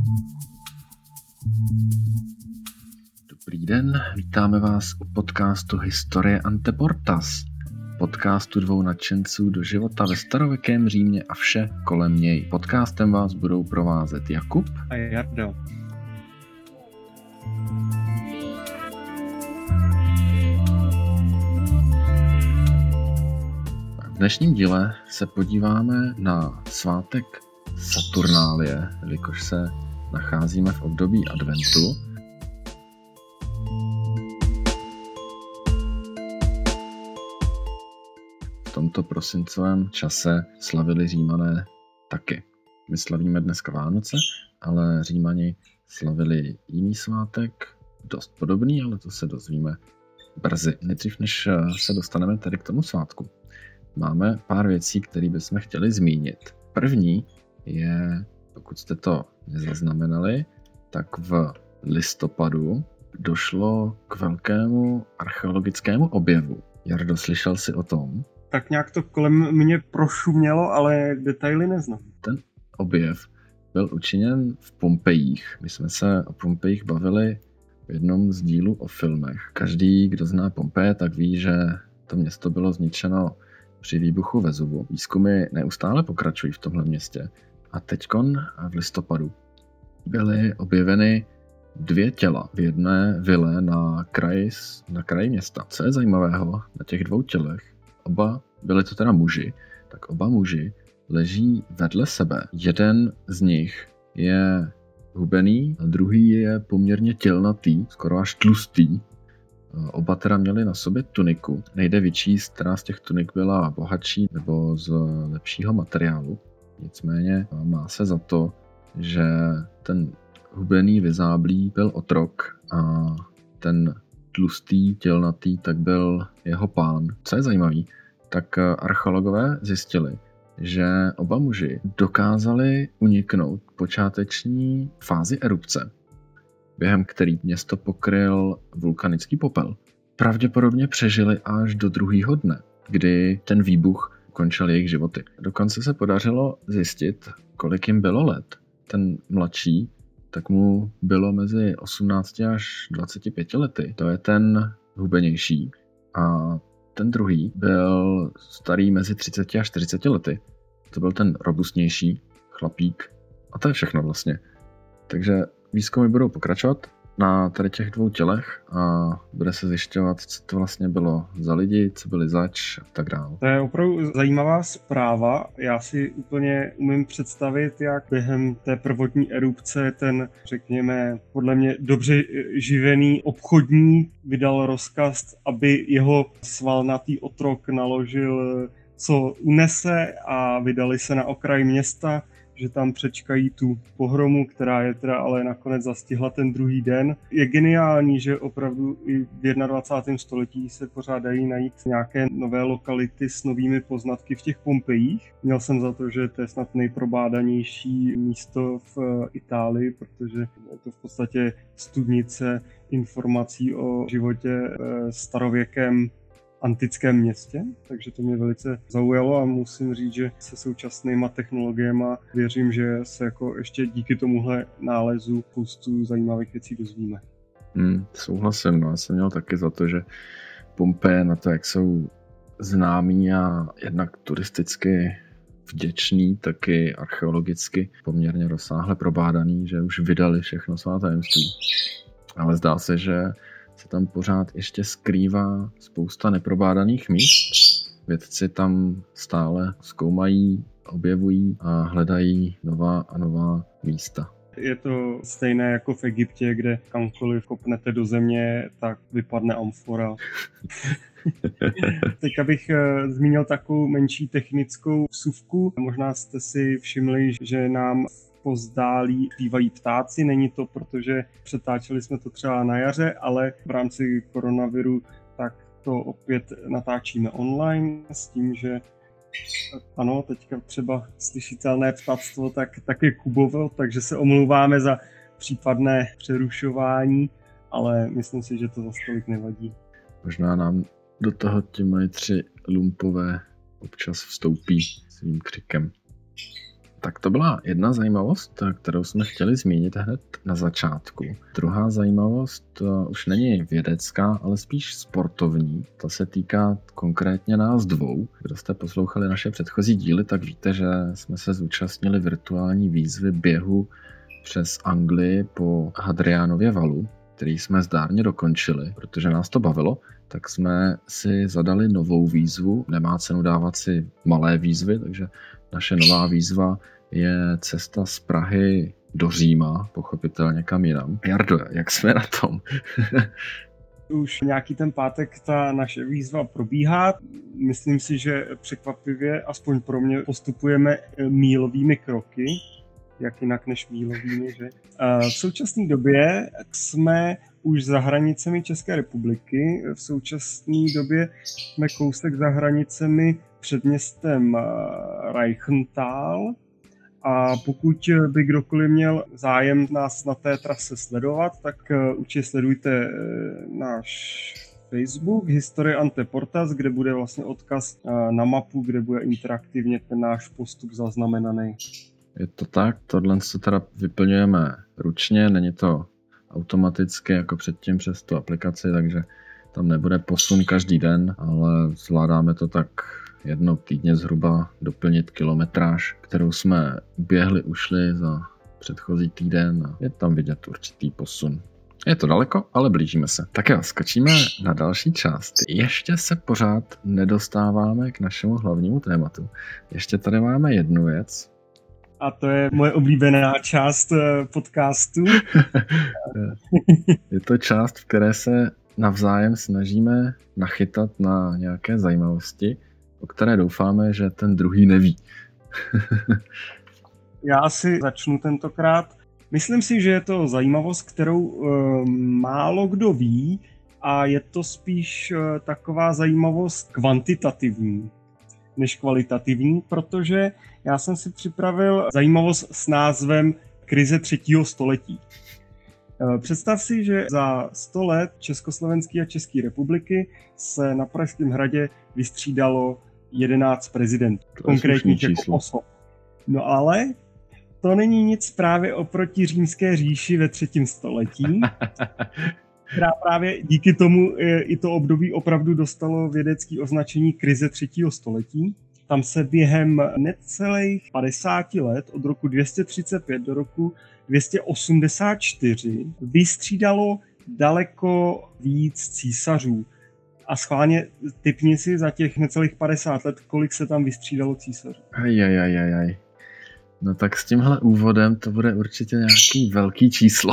Dobrý den, vítáme vás u podcastu Historie Anteportas. Podcastu dvou nadšenců do života ve starověkém Římě a vše kolem něj. Podcastem vás budou provázet Jakub a Jarda. V dnešním díle se podíváme na svátek Saturnálie, jelikož se nacházíme v období adventu. V tomto prosincovém čase slavili Římané taky. My slavíme dneska Vánoce, ale Římani slavili jiný svátek, dost podobný, ale to se dozvíme brzy. Nejdřív, než se dostaneme tady k tomu svátku, máme pár věcí, které bychom chtěli zmínit. První je, pokud jste to nezaznamenali, tak v listopadu došlo k velkému archeologickému objevu. Jardo, slyšel jsi o tom? Tak nějak to kolem mě prošumělo, ale detaily neznám. Ten objev byl učiněn v Pompejích. My jsme se o Pompejích bavili v jednom z dílů o filmech. Každý, kdo zná Pompeje, tak ví, že to město bylo zničeno při výbuchu Vezuvu. Výzkumy neustále pokračují v tomhle městě. A teďkon v listopadu byly objeveny 2 těla v jedné vile na kraji města. Co je zajímavého na těch 2 tělech, byli to teda muži, tak oba muži leží vedle sebe. Jeden z nich je hubený a druhý je poměrně tělnatý, skoro až tlustý. Oba teda měli na sobě tuniku. Nejde vyčíst, která z těch tunik byla bohatší nebo z lepšího materiálu. Nicméně má se za to, že ten hubený vyzáblý byl otrok a ten tlustý, tělnatý, tak byl jeho pán. Co je zajímavé, tak archeologové zjistili, že oba muži dokázali uniknout počáteční fázi erupce, během který město pokryl vulkanický popel. Pravděpodobně přežili až do druhého dne, kdy ten výbuch ukončil jejich životy. Dokonce se podařilo zjistit, kolik jim bylo let. Ten mladší, tak mu bylo mezi 18 až 25 lety. To je ten hubenější. A ten druhý byl starý mezi 30 a 40 lety. To byl ten robustnější chlapík. A to je všechno vlastně. Takže výzkumy budou pokračovat na tady těch 2 tělech a bude se zjišťovat, co to vlastně bylo za lidi, co byli zač a tak dále. To je opravdu zajímavá zpráva. Já si úplně umím představit, jak během té prvotní erupce ten, řekněme, podle mě dobře živený obchodník vydal rozkaz, aby jeho svalnatý otrok naložil, co unese, a vydali se na okraj města, že tam přečkají tu pohromu, která je teda ale nakonec zastihla ten druhý den. Je geniální, že opravdu i v 21. století se pořád dají najít nějaké nové lokality s novými poznatky v těch Pompejích. Měl jsem za to, že to je snad nejprobádanější místo v Itálii, protože je to v podstatě studnice informací o životě v starověkém antickém městě, takže to mě velice zaujalo a musím říct, že se současnýma technologiemi věřím, že se jako ještě díky tomuhle nálezu spoustu zajímavých věcí dozvíme. Souhlasím, já jsem měl taky za to, že Pompeje na to, jak jsou známí a jednak turisticky vděční, taky archeologicky poměrně rozsáhle probádaný, že už vydali všechno svá tajemství. Ale zdá se, že se tam pořád ještě skrývá spousta neprobádaných míst. Vědci tam stále zkoumají, objevují a hledají nová a nová místa. Je to stejné jako v Egyptě, kde kamkoliv kopnete do země, tak vypadne amfora. Teď bych zmínil takovou menší technickou vsuvku. Možná jste si všimli, že nám pozdálí zpívají ptáci. Není to, protože přetáčeli jsme to třeba na jaře, ale v rámci koronaviru tak to opět natáčíme online s tím, že ano, teďka třeba slyšitelné ptactvo tak je Kubovo, takže se omlouváme za případné přerušování, ale myslím si, že to zas tolik nevadí. Možná nám do toho ti moje 3 lumpové občas vstoupí svým křikem. Tak to byla jedna zajímavost, kterou jsme chtěli zmínit hned na začátku. Druhá zajímavost už není vědecká, ale spíš sportovní. To se týká konkrétně nás dvou. Kdo jste poslouchali naše předchozí díly, tak víte, že jsme se zúčastnili virtuální výzvy běhu přes Anglii po Hadrianově valu, který jsme zdárně dokončili, protože nás to bavilo. Tak jsme si zadali novou výzvu. Nemá cenu dávat si malé výzvy, takže naše nová výzva je cesta z Prahy do Říma, pochopitelně kam jinam. Jardo, jak jsme na tom? Už nějaký ten pátek ta naše výzva probíhá. Myslím si, že překvapivě, aspoň pro mě, postupujeme mílovými kroky. Jak jinak než mílovými, že? V současné době jsme už za hranicemi České republiky. V současné době jsme kousek za hranicemi před městem Reichenthal. A pokud by kdokoliv měl zájem nás na té trase sledovat, tak určitě sledujte náš Facebook Historie Ante Portas, kde bude vlastně odkaz na mapu, kde bude interaktivně ten náš postup zaznamenaný. Je to tak, tohle se teda vyplňujeme ručně, není to automaticky jako předtím přes tu aplikaci, takže tam nebude posun každý den, ale zvládáme to tak jednou týdně zhruba doplnit kilometráž, kterou jsme ušli za předchozí týden a je tam vidět určitý posun. Je to daleko, ale blížíme se. Tak jo, skočíme na další část. Ještě se pořád nedostáváme k našemu hlavnímu tématu. Ještě tady máme jednu věc. A to je moje oblíbená část podcastu. Je to část, v které se navzájem snažíme nachytat na nějaké zajímavosti, o které doufáme, že ten druhý neví. Já si začnu tentokrát. Myslím si, že je to zajímavost, kterou málo kdo ví a je to spíš taková zajímavost kvantitativní než kvalitativní, protože já jsem si připravil zajímavost s názvem Krize 3. století. Představ si, že za 100 let Československé a České republiky se na Pražském hradě vystřídalo 11 prezidentů, konkrétních jako osob. No ale to není nic právě oproti Římské říši ve 3. století, která právě díky tomu i to období opravdu dostalo vědecké označení krize 3. století. Tam se během necelých 50 let, od roku 235 do roku 284, vystřídalo daleko víc císařů. A schválně tipni si za těch necelých 50 let, kolik se tam vystřídalo císařů. Ajajajajaj. No tak s tímhle úvodem to bude určitě nějaký velký číslo.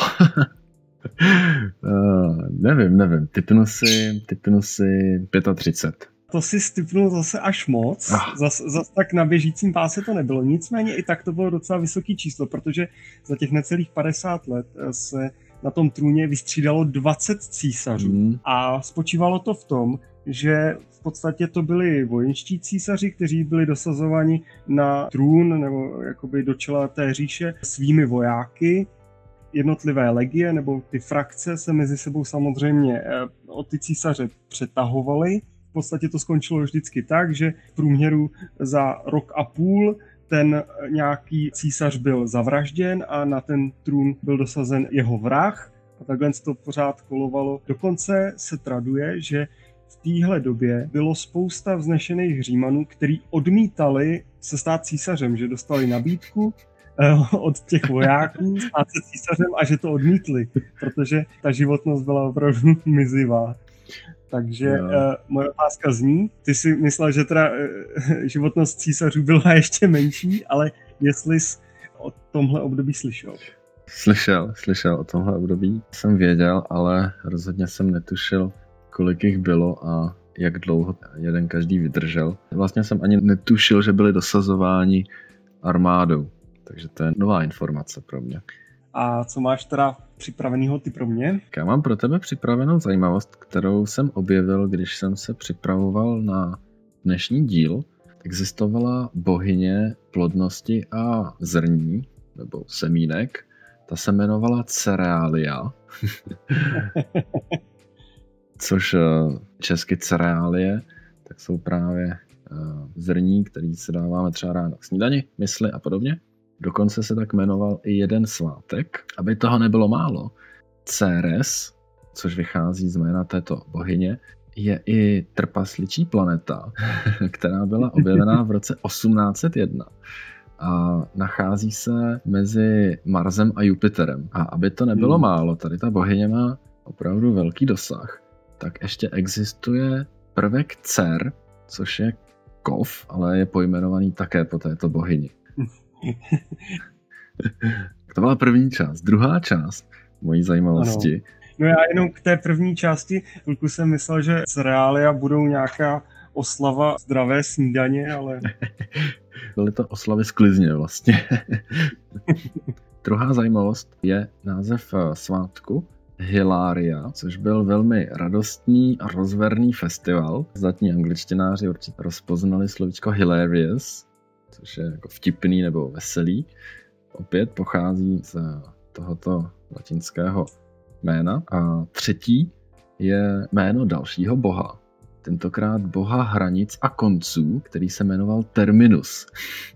Nevím. Tipnu si 35. To si stipnul zase až moc. Zas tak na běžícím páse to nebylo. Nicméně i tak to bylo docela vysoký číslo, protože za těch necelých 50 let se na tom trůně vystřídalo 20 císařů. A spočívalo to v tom, že v podstatě to byli vojenští císaři, kteří byli dosazováni na trůn nebo jakoby do čela té říše svými vojáky. Jednotlivé legie nebo ty frakce se mezi sebou samozřejmě o ty císaře přetahovaly. V podstatě to skončilo vždycky tak, že v průměru za rok a půl ten nějaký císař byl zavražděn a na ten trůn byl dosazen jeho vrah. A takhle to pořád kolovalo. Dokonce se traduje, že v téhle době bylo spousta vznešených Římanů, kteří odmítali se stát císařem, že dostali nabídku od těch vojáků stát se císařem a že to odmítli, protože ta životnost byla opravdu mizivá. Takže moje otázka zní, ty si myslel, že teda životnost císařů byla ještě menší, ale jestli jsi o tomhle období slyšel? Slyšel o tomhle období. Jsem věděl, ale rozhodně jsem netušil, kolik jich bylo a jak dlouho jeden každý vydržel. Vlastně jsem ani netušil, že byli dosazováni armádou. Takže to je nová informace pro mě. A co máš teda připravenýho ty pro mě? Já mám pro tebe připravenou zajímavost, kterou jsem objevil, když jsem se připravoval na dnešní díl. Existovala bohyně plodnosti a zrní, nebo semínek. Ta se jmenovala Cerealia. Což česky cereálie, tak jsou právě zrní, které si dáváme třeba ráno k snídani, mysli a podobně. Dokonce se tak jmenoval i jeden svátek. Aby toho nebylo málo, Ceres, což vychází z jména této bohyně, je i trpasličí planeta, která byla objevená v roce 1801 a nachází se mezi Marsem a Jupiterem. A aby to nebylo málo, tady ta bohyně má opravdu velký dosah, tak ještě existuje prvek Cer, což je kov, ale je pojmenovaný také po této bohyni. To byla první část. Druhá část mojí zajímavosti. Ano. No já jenom k té první části, chvilku jsem myslel, že z reália budou nějaká oslava zdravé snídaně, ale... Byly to oslavy sklizně vlastně. Druhá zajímavost je název svátku Hilaria, což byl velmi radostný a rozverný festival. Zdatní angličtináři určitě rozpoznali slovíčko hilarious, což je jako vtipný nebo veselý. Opět pochází z tohoto latinského jména. A třetí je jméno dalšího boha. Tentokrát boha hranic a konců, který se jmenoval Terminus.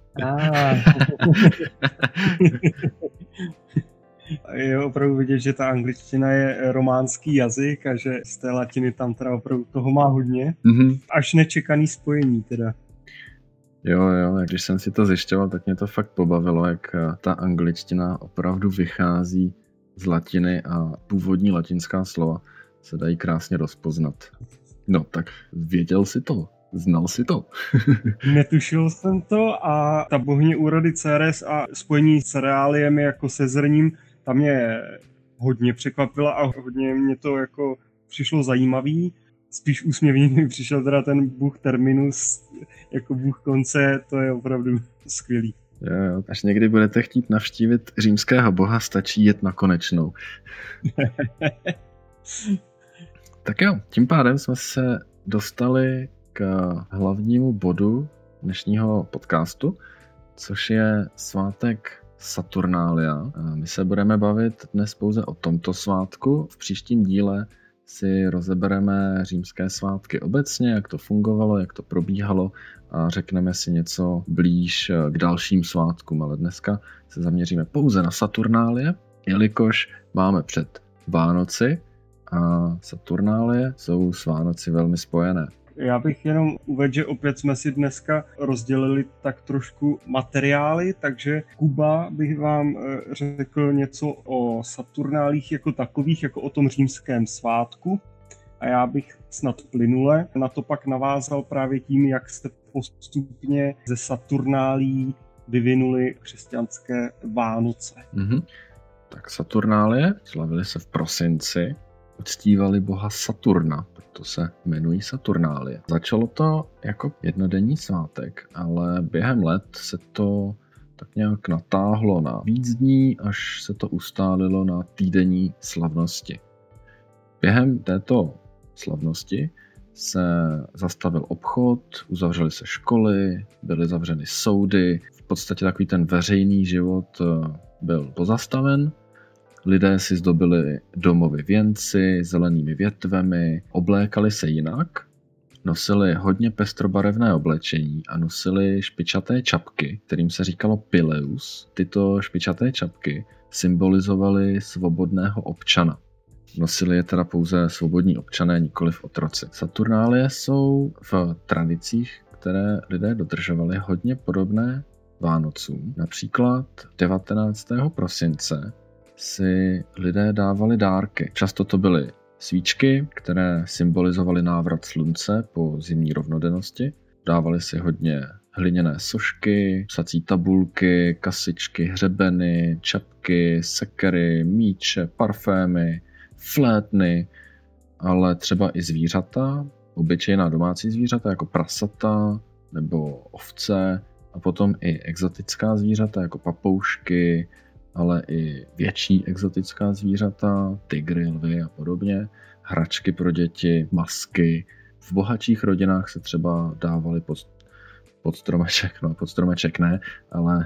Je opravdu vidět, že ta angličtina je románský jazyk a že z té latiny tam teda opravdu toho má hodně. Až nečekaný spojení teda. Jo, když jsem si to zjišťoval, tak mě to fakt pobavilo, jak ta angličtina opravdu vychází z latiny a původní latinská slova se dají krásně rozpoznat. No, tak věděl si to, znal si to. Netušil jsem to a ta bohyně úrody Ceres a spojení s reáliem jako se zrním, tam mě hodně překvapila a hodně mě to jako přišlo zajímavý. Spíš úsměvný mi přišel teda ten bůh Terminus jako bůh konce, to je opravdu skvělý. Jo, až někdy budete chtít navštívit římského boha, stačí jet na Konečnou. Tak jo, tím pádem jsme se dostali k hlavnímu bodu dnešního podcastu, což je svátek Saturnalia. My se budeme bavit dnes pouze o tomto svátku. V příštím díle si rozebereme římské svátky obecně, jak to fungovalo, jak to probíhalo a řekneme si něco blíž k dalším svátkům, ale dneska se zaměříme pouze na Saturnálie, jelikož máme před Vánoci a Saturnálie jsou s Vánoci velmi spojené. Já bych jenom uvedl, že opět jsme si dneska rozdělili tak trošku materiály, takže Kuba bych vám řekl něco o Saturnálích jako takových, jako o tom římském svátku. A já bych snad plynule na to pak navázal právě tím, jak se postupně ze Saturnálí vyvinuly křesťanské Vánoce. Tak Saturnálie slavily se v prosinci, uctívali boha Saturna, proto se jmenují Saturnálie. Začalo to jako jednodenní svátek, ale během let se to tak nějak natáhlo na víc dní, až se to ustálilo na týdenní slavnosti. Během této slavnosti se zastavil obchod, uzavřely se školy, byly zavřeny soudy, v podstatě takový ten veřejný život byl pozastaven. Lidé si zdobili domovy věnci, zelenými větvemi, oblékali se jinak, nosili hodně pestrobarevné oblečení a nosili špičaté čapky, kterým se říkalo pileus. Tyto špičaté čapky symbolizovaly svobodného občana. Nosili je teda pouze svobodní občané, nikoliv otroci. Saturnálie jsou v tradicích, které lidé dodržovali, hodně podobné Vánocům. Například 19. prosince si lidé dávali dárky. Často to byly svíčky, které symbolizovaly návrat slunce po zimní rovnodennosti. Dávali si hodně hliněné sošky, psací tabulky, kasičky, hřebeny, čapky, sekery, míče, parfémy, flétny, ale třeba i zvířata, obyčejná domácí zvířata jako prasata nebo ovce a potom i exotická zvířata jako papoušky, ale i větší exotická zvířata, tygry, lvy a podobně, hračky pro děti, masky. V bohatších rodinách se třeba dávaly pod stromeček ne, ale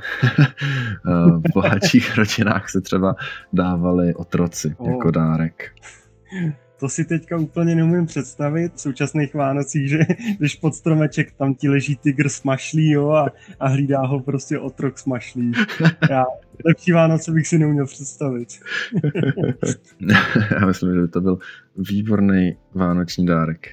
v bohatších rodinách se třeba dávali otroci jako dárek. To si teďka úplně neumím představit v současných Vánocích, že když pod stromeček tam ti leží tygr s mašlí, jo, a hlídá ho prostě otrok s mašlí. Já lepší Vánoce bych si neuměl představit. Já myslím, že by to byl výborný vánoční dárek.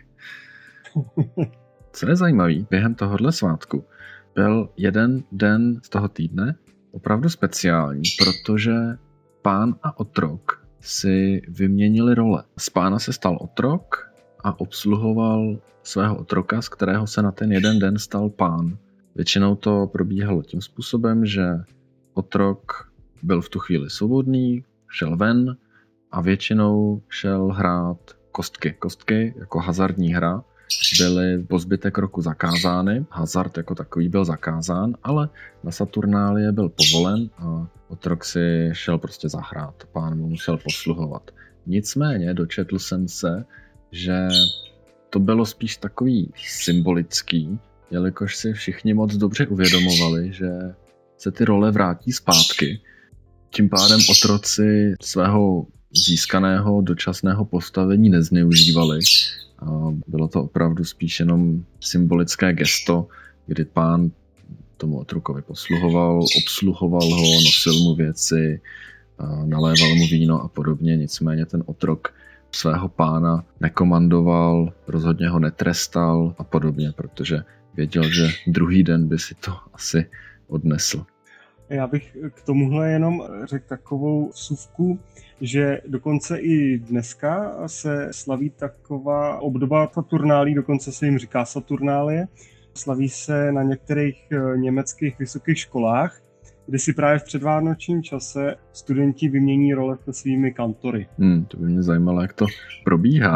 Co je zajímavý, během tohohle svátku byl jeden den z toho týdne opravdu speciální, protože pán a otrok si vyměnili role. Z pána se stal otrok a obsluhoval svého otroka, z kterého se na ten jeden den stal pán. Většinou to probíhalo tím způsobem, že otrok byl v tu chvíli svobodný, šel ven a většinou šel hrát kostky. Kostky jako hazardní hra byly po zbytek roku zakázány. Hazard jako takový byl zakázán, ale na Saturnálie byl povolen a otrok si šel prostě zahrát. Pán mu musel posluhovat. Nicméně dočetl jsem se, že to bylo spíš takový symbolický, jelikož si všichni moc dobře uvědomovali, že se ty role vrátí zpátky. Tím pádem otroci svého získaného dočasného postavení nezneužívali. A bylo to opravdu spíš jenom symbolické gesto, kdy pán tomu otrokovi posluhoval, obsluhoval ho, nosil mu věci, naléval mu víno a podobně. Nicméně ten otrok svého pána nekomandoval, rozhodně ho netrestal a podobně, protože věděl, že druhý den by si to asi odnesl. Já bych k tomuhle jenom řekl takovou vsuvku, že dokonce i dneska se slaví taková obdoba Saturnálí, dokonce se jim říká Saturnálie. Slaví se na některých německých vysokých školách, kde si právě v předvánočním čase studenti vymění role se svými kantory. To by mě zajímalo, jak to probíhá.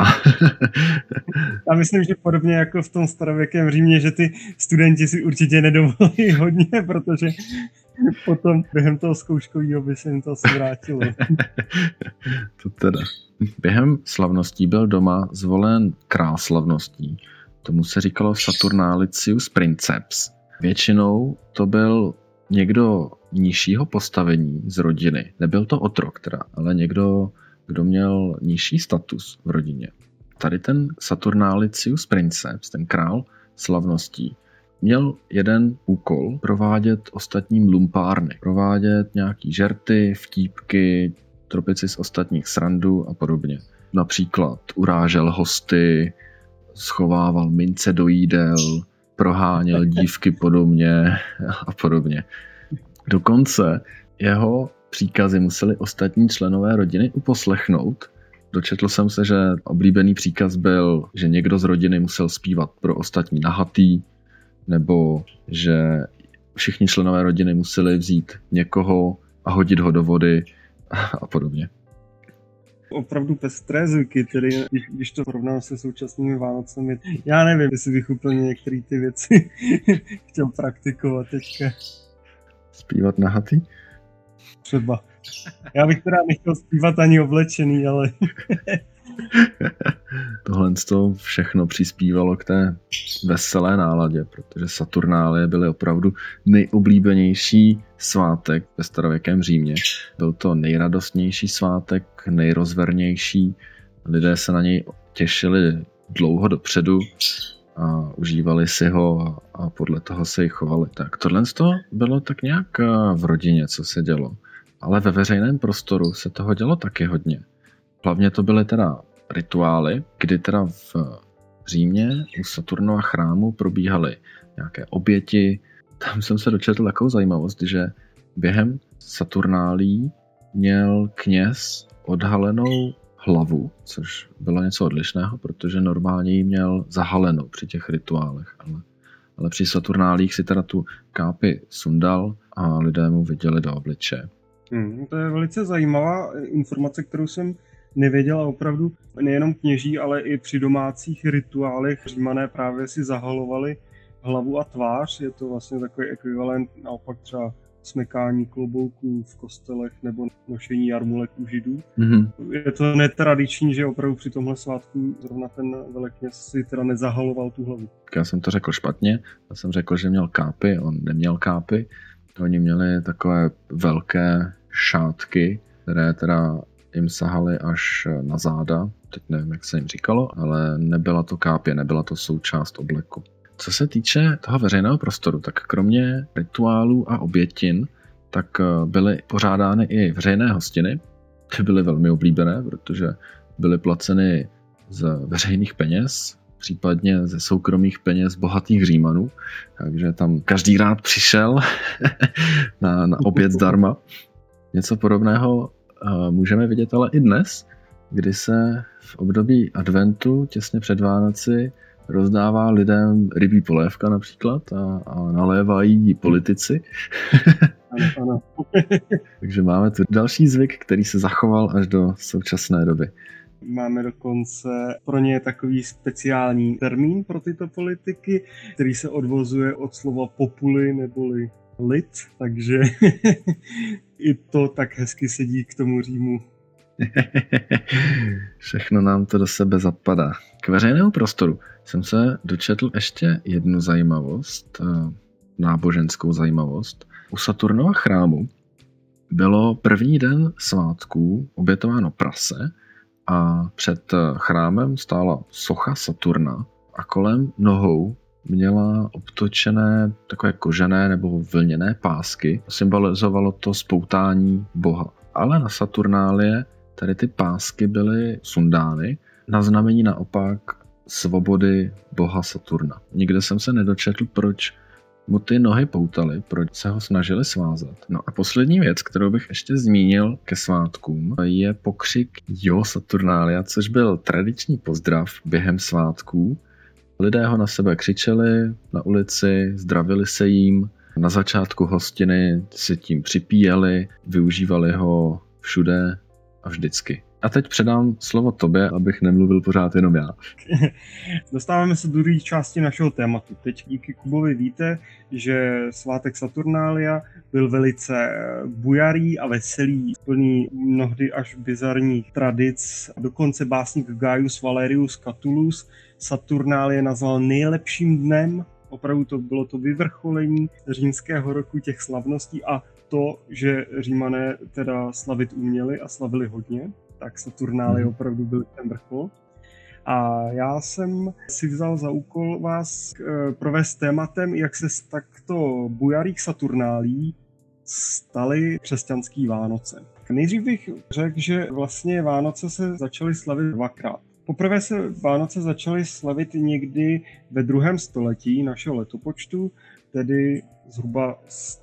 Já myslím, že podobně jako v tom starověkém Římě, že ty studenti si určitě nedovolí hodně, protože potom během toho zkouškového by se jim to asi vrátilo. To teda. Během slavností byl doma zvolen král slavností. Tomu se říkalo Saturnalicius Princeps. Většinou to byl někdo nižšího postavení z rodiny. Nebyl to otrok teda, ale někdo, kdo měl nižší status v rodině. Tady ten Saturnalicius Princeps, ten král slavností, měl jeden úkol: provádět ostatním lumpárny, provádět nějaký žerty, vtípky, tropit si z ostatních srandu a podobně. Například urážel hosty, schovával mince do jídel, proháněl dívky po domě a podobně. Dokonce jeho příkazy museli ostatní členové rodiny uposlechnout. Dočetl jsem se, že oblíbený příkaz byl, že někdo z rodiny musel zpívat pro ostatní nahatý, nebo že všichni členové rodiny museli vzít někoho a hodit ho do vody a podobně. Opravdu pestré zvyky, tedy když to porovnám se současnými Vánocemi. Já nevím, jestli bych úplně některé ty věci chtěl praktikovat teďka. Zpívat nahatý? Třeba. Já bych teda nechtěl zpívat ani oblečený, ale... Tohle všechno přispívalo k té veselé náladě, protože Saturnálie byly opravdu nejoblíbenější svátek ve starověkém Římě. Byl to nejradostnější svátek, nejrozvernější. Lidé se na něj těšili dlouho dopředu a užívali si ho a podle toho se i chovali. Tak tohle bylo tak nějak v rodině, co se dělo. Ale ve veřejném prostoru se toho dělo taky hodně. Hlavně to byly teda rituály, kdy teda v Římě u Saturnova chrámu probíhaly nějaké oběti. Tam jsem se dočetl takovou zajímavost, že během Saturnálí měl kněz odhalenou hlavu, což bylo něco odlišného, protože normálně ji měl zahalenou při těch rituálech. Ale při Saturnálích si teda tu kápi sundal a lidé mu viděli do obličeje. To je velice zajímavá informace, kterou jsem nevěděl, a opravdu nejenom kněží, ale i při domácích rituálech Římané právě si zahalovali hlavu a tvář. Je to vlastně takový ekvivalent naopak třeba smekání klobouků v kostelech nebo nošení jarmulek u židů. Mm-hmm. Je to netradiční, že opravdu při tomhle svátku zrovna ten velekněz si teda nezahaloval tu hlavu. Já jsem to řekl špatně, já jsem řekl, že měl kápy, on neměl kápy. Oni měli takové velké šátky, které teda jim sahaly až na záda, teď nevím, jak se jim říkalo, ale nebyla to kápě, nebyla to součást obleku. Co se týče toho veřejného prostoru, tak kromě rituálů a obětin, tak byly pořádány i veřejné hostiny. Ty byly velmi oblíbené, protože byly placeny z veřejných peněz, případně ze soukromých peněz bohatých Římanů. Takže tam každý rád přišel na oběd zdarma. Něco podobného můžeme vidět ale i dnes, kdy se v období adventu těsně před Vánoci rozdává lidem rybí polévka například a nalévají politici. Ano. Takže máme tu další zvyk, který se zachoval až do současné doby. Máme dokonce pro ně takový speciální termín pro tyto politiky, který se odvozuje od slova populi neboli lid, takže i to tak hezky sedí k tomu Římu. Všechno nám to do sebe zapadá. K veřejnému prostoru jsem se dočetl ještě jednu zajímavost, náboženskou zajímavost. U Saturnova chrámu bylo první den svátků obětováno prase a před chrámem stála socha Saturna a kolem nohou měla obtočené takové kožené nebo vlněné pásky. Symbolizovalo to spoutání boha. Ale na Saturnálie tady ty pásky byly sundány na znamení naopak svobody boha Saturna. Nikde jsem se nedočetl, proč mu ty nohy poutaly, proč se ho snažili svázat. No a poslední věc, kterou bych ještě zmínil ke svátkům, je pokřik Jo Saturnalia, což byl tradiční pozdrav během svátků. Lidé ho na sebe křičeli na ulici, zdravili se jim, na začátku hostiny si tím připíjeli, využívali ho všude a vždycky. A teď předám slovo tobě, abych nemluvil pořád jenom já. Dostáváme se do druhé části našeho tématu. Teď díky Kubovi víte, že svátek Saturnalia byl velice bujarý a veselý, plný mnohdy až bizarních tradic. Dokonce básník Gaius Valerius Catullus Saturnalie nazval nejlepším dnem. Opravdu to bylo to vyvrcholení římského roku těch slavností a to, že Římané teda slavit uměli a slavili hodně, tak Saturnálie opravdu byl ten vrchol. A já jsem si vzal za úkol vás provést tématem, jak se z takto bujarých Saturnálí staly křesťanský Vánoce. Nejdřív bych řekl, že vlastně Vánoce se začaly slavit dvakrát. Poprvé se Vánoce začaly slavit někdy ve 2. století našeho letopočtu, tedy zhruba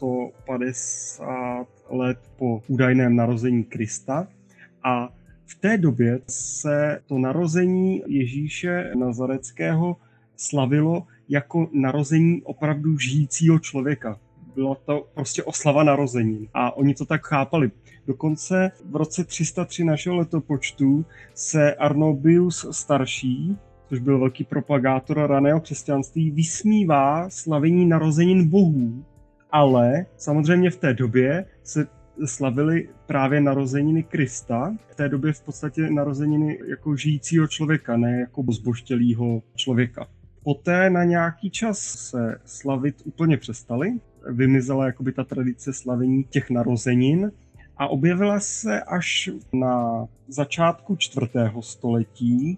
150 let po údajném narození Krista. A v té době se to narození Ježíše Nazareckého slavilo jako narození opravdu žijícího člověka. Byla to prostě oslava narození a oni to tak chápali. Dokonce v roce 303 našeho letopočtu se Arnobius starší, což byl velký propagátor raného křesťanství, vysmívá slavení narozenin bohů. Ale samozřejmě v té době se slavili právě narozeniny Krista. V té době v podstatě narozeniny jako žijícího člověka, ne jako zbožtělýho člověka. Poté na nějaký čas se slavit úplně přestali. Vymizela jakoby ta tradice slavení těch narozenin a objevila se až na začátku 4. století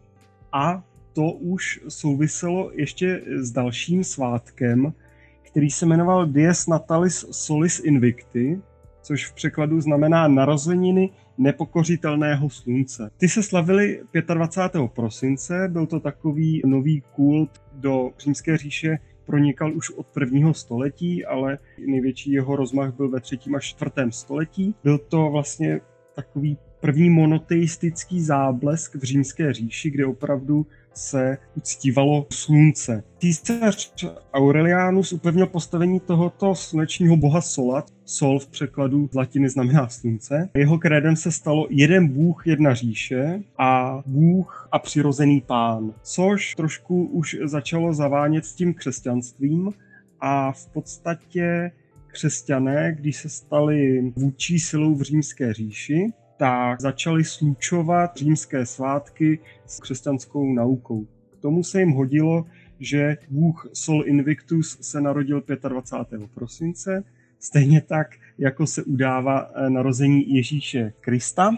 a to už souviselo ještě s dalším svátkem, který se jmenoval Dies Natalis Solis Invicti, což v překladu znamená narozeniny nepokořitelného slunce. Ty se slavily 25. prosince, byl to takový nový kult do Římské říše, pronikal už od 1. století, ale největší jeho rozmach byl ve 3. až 4. století. Byl to vlastně takový první monoteistický záblesk v Římské říši, kde opravdu se uctívalo slunce. Císař Aurelianus upevnil postavení tohoto slunečního boha Sola. Sol v překladu z latiny znamená slunce. Jeho krédem se stalo jeden bůh, jedna říše a bůh a přirozený pán, což trošku už začalo zavánět s tím křesťanstvím a v podstatě křesťané, když se stali vůdčí silou v Římské říši, tak začali slučovat římské svátky s křesťanskou naukou. K tomu se jim hodilo, že bůh Sol Invictus se narodil 25. prosince, stejně tak, jako se udává narození Ježíše Krista.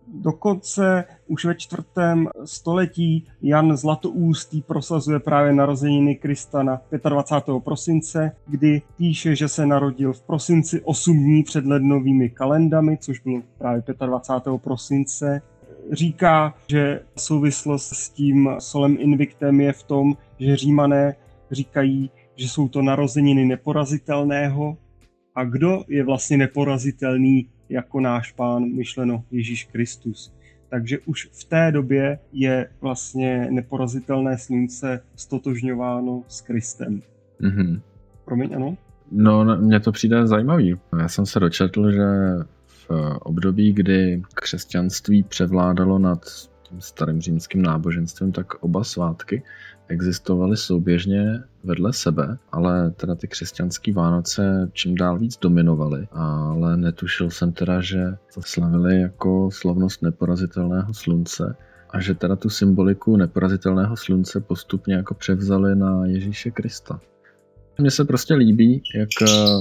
Dokonce už ve 4. století Jan Zlatoustý prosazuje právě narozeniny Krista na 25. prosince, kdy píše, že se narodil v prosinci 8 dní před lednovými kalendami, což bylo právě 25. prosince. Říká, že souvislost s tím solem invictem je v tom, že Římané říkají, že jsou to narozeniny neporazitelného. A kdo je vlastně neporazitelný jako náš Pán, myšleno Ježíš Kristus. Takže už v té době je vlastně neporazitelné slunce stotožňováno s Kristem. Mm-hmm. Promiň, ano? No, mně to přijde zajímavý. Já jsem se dočetl, že v období, kdy křesťanství převládalo nad tím starým římským náboženstvím, tak oba svátky existovaly souběžně vedle sebe, ale teda ty křesťanský Vánoce čím dál víc dominovaly, ale netušil jsem teda, že to slavili jako slavnost neporazitelného slunce a že teda tu symboliku neporazitelného slunce postupně jako převzali na Ježíše Krista. Mně se prostě líbí, jak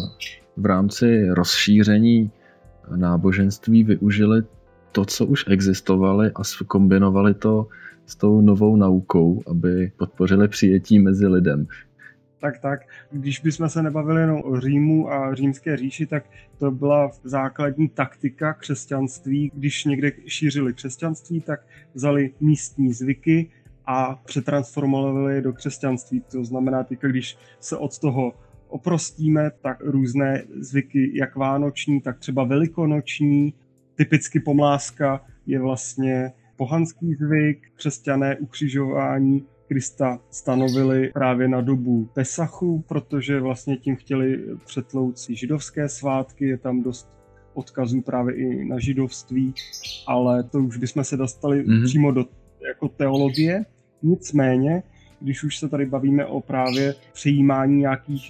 v rámci rozšíření náboženství využili to, co už existovali a kombinovali to s tou novou naukou, aby podpořili přijetí mezi lidem. Tak. Když bychom se nebavili jenom o Římu a římské říši, tak to byla základní taktika křesťanství. Když někde šířili křesťanství, tak vzali místní zvyky a přetransformovali je do křesťanství. To znamená, když se od toho oprostíme, tak různé zvyky, jak vánoční, tak třeba velikonoční, typicky pomlázka je vlastně pohanský zvyk, křesťané ukřižování Krista stanovili právě na dobu Pesachu, protože vlastně tím chtěli přetlouct židovské svátky, je tam dost odkazů právě i na židovství, ale to už bychom se dostali přímo do jako teologie. Nicméně, když už se tady bavíme o právě přijímání nějakých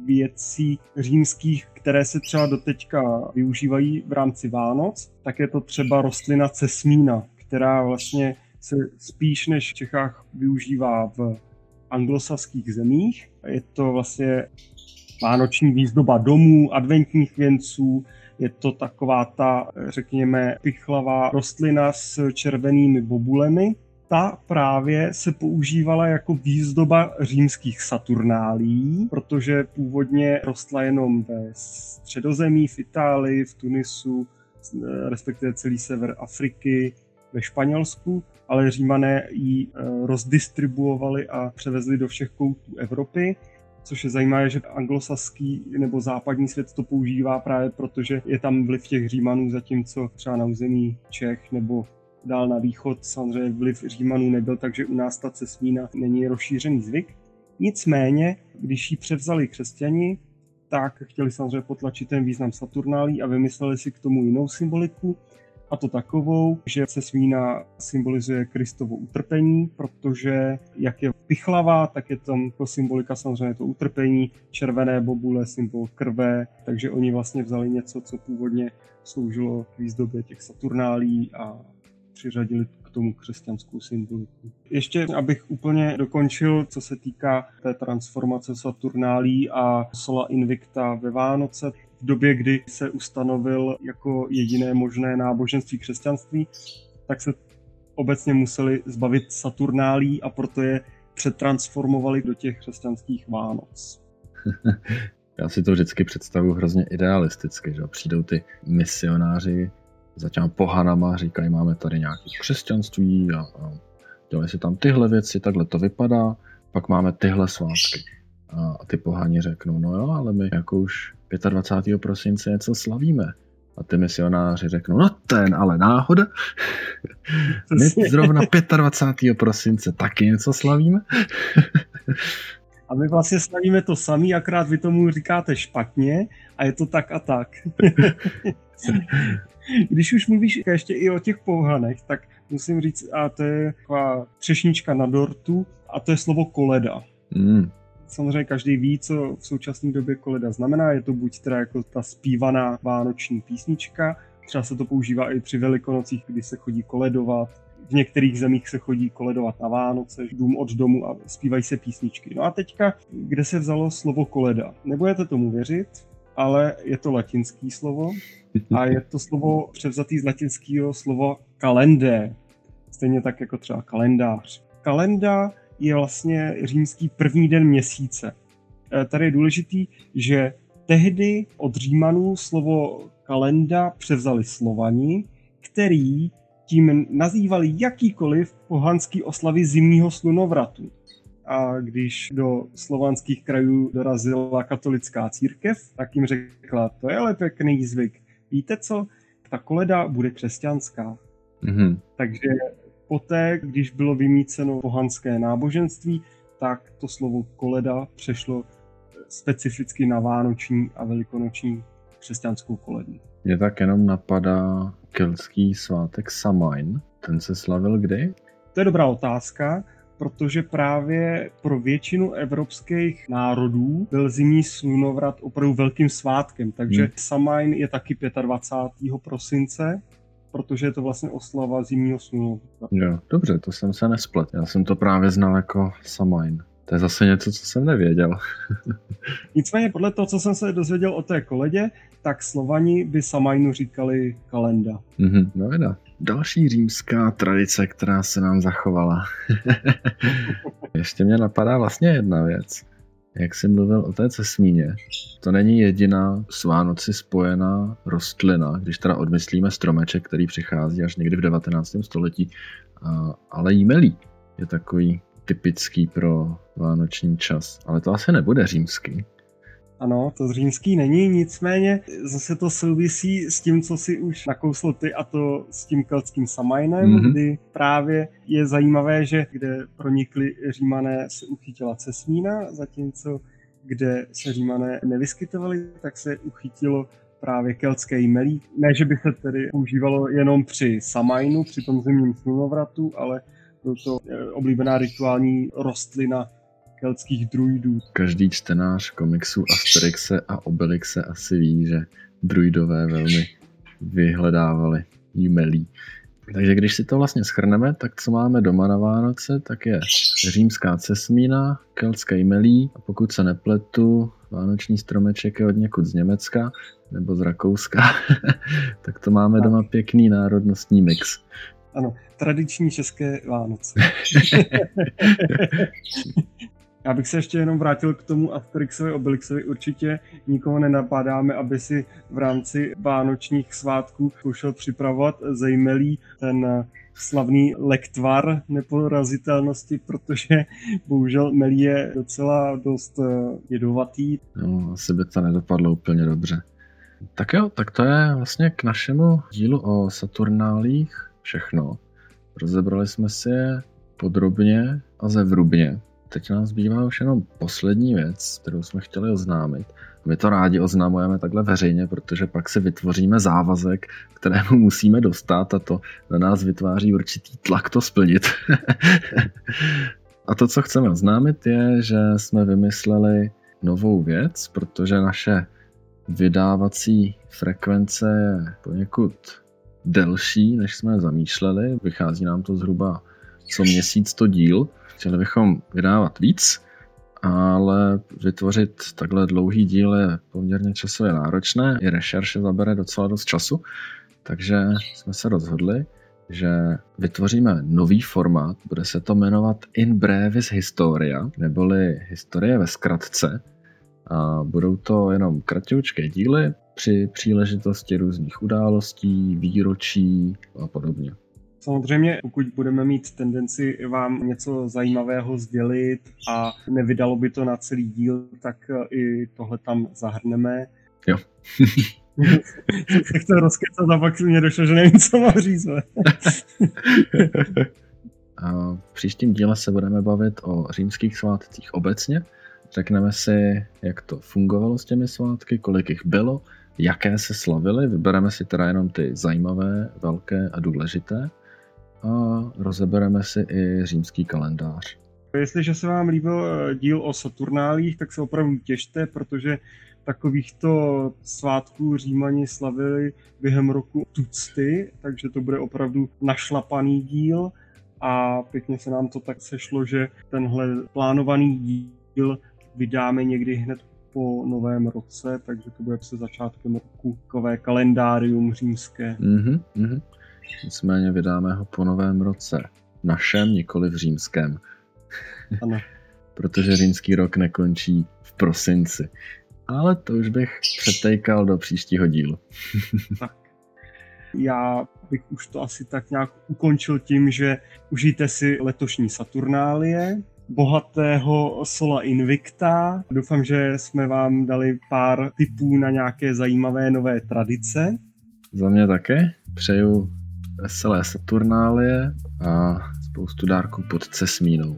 věcí římských, které se třeba doteďka využívají v rámci Vánoc, tak je to třeba rostlina cesmína, která vlastně se spíš než v Čechách využívá v anglosaských zemích. Je to vlastně vánoční výzdoba domů, adventních věnců, je to taková ta, řekněme, pichlavá rostlina s červenými bobulemi. Ta právě se používala jako výzdoba římských saturnálií, protože původně rostla jenom ve Středozemí, v Itálii, v Tunisu, respektive celý sever Afriky, ve Španělsku, ale Římané ji rozdistribuovali a převezli do všech koutů Evropy, což je zajímavé, že anglosaský nebo západní svět to používá právě protože je tam vliv těch Římanů, zatímco třeba na území Čech nebo dál na východ samozřejmě vliv Římanů nebyl, takže u nás ta cesmína není rozšířený zvyk. Nicméně, když ji převzali křesťani, tak chtěli samozřejmě potlačit ten význam Saturnálí a vymysleli si k tomu jinou symboliku, a to takovou, že cesmína symbolizuje Kristovo utrpení, protože jak je pichlavá, tak je tam jako symbolika samozřejmě to utrpení, červené bobule, symbol krve, takže oni vlastně vzali něco, co původně sloužilo k výzdobě těch Saturnálí a přiřadili k tomu křesťanskou symboliku. Ještě abych úplně dokončil, co se týká té transformace Saturnálí a sola invicta ve Vánoce. V době, kdy se ustanovil jako jediné možné náboženství křesťanství, tak se obecně museli zbavit Saturnálí a proto je přetransformovali do těch křesťanských Vánoc. Já si to vždycky představuji hrozně idealisticky, že přijdou ty misionáři za těma pohanama, říkají, máme tady nějaké křesťanství a dělají si tam tyhle věci, takhle to vypadá, pak máme tyhle svátky. A ty pohani řeknou, no jo, ale my jako už 25. prosince něco slavíme. A ty misionáři řeknou, no ten ale náhoda. My zrovna 25. prosince taky něco slavíme. A my vlastně slavíme to samý, akorát vy tomu říkáte špatně a je to tak a tak. Když už mluvíš ještě i o těch pohanech, tak musím říct, a to je taková třešnička na dortu, a to je slovo koleda. Samozřejmě každý ví, co v současné době koleda znamená. Je to buď teda jako ta zpívaná vánoční písnička, třeba se to používá i při Velikonocích, kdy se chodí koledovat. V některých zemích se chodí koledovat na Vánoce, dům od domu a zpívají se písničky. No a teďka, kde se vzalo slovo koleda? Nebudete tomu věřit, ale je to latinský slovo a je to slovo převzatý z latinského slova kalendé, stejně tak jako třeba kalendář. Kalenda je vlastně římský první den měsíce. Tady je důležitý, že tehdy od Římanů slovo kalenda převzali Slovani, který tím nazývali jakýkoliv pohanský oslavy zimního slunovratu. A když do slovanských krajů dorazila katolická církev, tak jim řekla, to je ale pěkný zvyk. Víte co? Ta koleda bude křesťanská. Mm-hmm. Takže poté, když bylo vymýceno pohanské náboženství, tak to slovo koleda přešlo specificky na vánoční a velikonoční křesťanskou koledu. Mě tak jenom napadá keltský svátek Samain. Ten se slavil kdy? To je dobrá otázka, protože právě pro většinu evropských národů byl zimní slunovrat opravdu velkým svátkem. Takže Samain je taky 25. prosince, protože je to vlastně oslava zimního slunovratu. Jo, dobře, to jsem se nesplet. Já jsem to právě znal jako Samain. To je zase něco, co jsem nevěděl. Nicméně podle toho, co jsem se dozvěděl o té koledě, tak Slovani by Samainu říkali kalenda. No, další římská tradice, která se nám zachovala. Ještě mě napadá vlastně jedna věc. Jak jsi mluvil o té cesmíně, to není jediná s Vánoci spojená rostlina, když teda odmyslíme stromeček, který přichází až někdy v 19. století, ale jímelí je takový typický pro vánoční čas, ale to asi nebude římský. Ano, to římský není, nicméně zase to souvisí s tím, co si už nakousl ty, a to s tím keltským Samainem, kdy právě je zajímavé, že kde pronikli Římané, se uchytila cesmína, zatímco kde se Římané nevyskytovali, tak se uchytilo právě keltské jmelí. Ne, že by se tedy používalo jenom při Samainu, při tom zimním slunovratu, ale byl to oblíbená rituální rostlina keltských druidů. Každý čtenář komiksu Asterixe a Obelixe asi ví, že druidové velmi vyhledávali jmelí. Takže když si to vlastně shrneme, tak co máme doma na Vánoce, tak je římská cesmína, keltské jmelí a pokud se nepletu, vánoční stromeček je od někud z Německa nebo z Rakouska, tak to máme doma pěkný národnostní mix. Ano, tradiční české Vánoce. Já bych se ještě jenom vrátil k tomu Asterixovi, Obelixovi. Určitě nikoho nenapadáme, aby si v rámci vánočních svátků zkoušel připravovat zejmelí ten slavný lektvar neporazitelnosti, protože bohužel melí je docela dost jedovatý. No, asi by to nedopadlo úplně dobře. Tak jo, tak to je vlastně k našemu dílu o Saturnálích všechno. Rozebrali jsme si je podrobně a zevrubně. Teď nás zbývá už jenom poslední věc, kterou jsme chtěli oznámit. My to rádi oznamujeme takhle veřejně, protože pak si vytvoříme závazek, kterému musíme dostat a to na nás vytváří určitý tlak to splnit. A to, co chceme oznámit, je, že jsme vymysleli novou věc, protože naše vydávací frekvence je poněkud delší, než jsme zamýšleli. Vychází nám to zhruba co měsíc to díl. Chtěli bychom vydávat víc, ale vytvořit takhle dlouhý díl je poměrně časově náročné. I rešerše zabere docela dost času, takže jsme se rozhodli, že vytvoříme nový formát. Bude se to jmenovat In Brevis Historia, neboli historie ve zkratce. A budou to jenom kratěučké díly při příležitosti různých událostí, výročí a podobně. Samozřejmě, pokud budeme mít tendenci vám něco zajímavého sdělit a nevydalo by to na celý díl, tak i tohle tam zahrneme. Jo. Jsem se chtěl rozkecat a pak mě došlo, že nevím, co mám říct. A v příštím díle se budeme bavit o římských svátcích obecně. Řekneme si, jak to fungovalo s těmi svátky, kolik jich bylo, jaké se slavily. Vybereme si teda jenom ty zajímavé, velké a důležité. A rozebereme si i římský kalendář. Jestliže se vám líbil díl o Saturnálích, tak se opravdu těšte, protože takovýchto svátků Římani slavili během roku tucty, takže to bude opravdu našlapaný díl a pěkně se nám to tak sešlo, že tenhle plánovaný díl vydáme někdy hned po novém roce, takže to bude se začátkem roku takové kalendárium římské. Nicméně vydáme ho po novém roce. Našem, nikoli v římském. Ano. Protože římský rok nekončí v prosinci. Ale to už bych přetejkal do příštího dílu. Tak. Já bych už to asi tak nějak ukončil tím, že užijte si letošní Saturnálie, bohatého Sola Invicta. Doufám, že jsme vám dali pár tipů na nějaké zajímavé nové tradice. Za mě také. Přeju veselé Saturnálie a spoustu dárků pod cesmínou.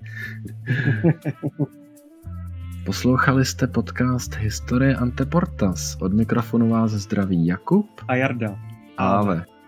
Poslouchali jste podcast Historie Anteportas. Od mikrofonu vás zdraví Jakub a Jarda. Ave.